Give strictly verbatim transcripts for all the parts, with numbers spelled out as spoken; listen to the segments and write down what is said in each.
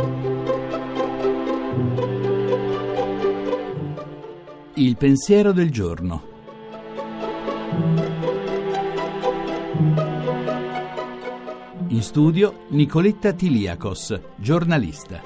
Il pensiero del giorno. In studio Nicoletta Tiliakos, giornalista.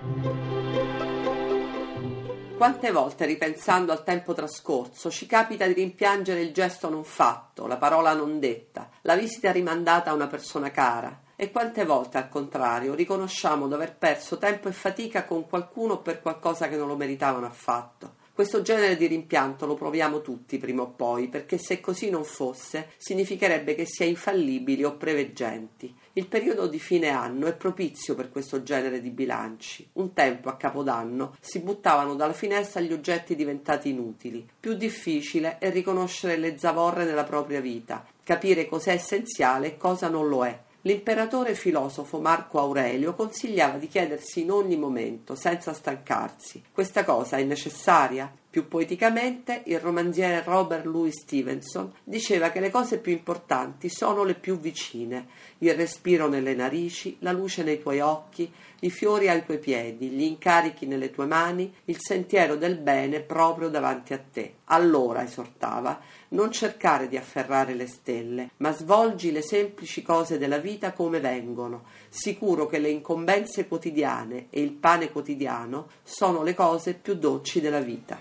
Quante volte, ripensando al tempo trascorso, ci capita di rimpiangere il gesto non fatto, la parola non detta, la visita rimandata a una persona cara. E quante volte, al contrario, riconosciamo di aver perso tempo e fatica con qualcuno o per qualcosa che non lo meritavano affatto. Questo genere di rimpianto lo proviamo tutti prima o poi, perché se così non fosse, significherebbe che si è infallibili o preveggenti. Il periodo di fine anno è propizio per questo genere di bilanci. Un tempo, a Capodanno, si buttavano dalla finestra gli oggetti diventati inutili. Più difficile è riconoscere le zavorre nella propria vita, capire cos'è essenziale e cosa non lo è. L'imperatore filosofo Marco Aurelio consigliava di chiedersi in ogni momento, senza stancarsi: questa cosa è necessaria? Più poeticamente, il romanziere Robert Louis Stevenson diceva che le cose più importanti sono le più vicine: il respiro nelle narici, la luce nei tuoi occhi, i fiori ai tuoi piedi, gli incarichi nelle tue mani, il sentiero del bene proprio davanti a te. Allora, esortava, non cercare di afferrare le stelle, ma svolgi le semplici cose della vita come vengono, sicuro che le incombenze quotidiane e il pane quotidiano sono le cose più dolci della vita.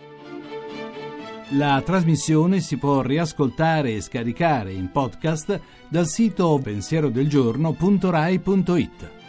La trasmissione si può riascoltare e scaricare in podcast dal sito pensierodelgiorno punto rai punto it.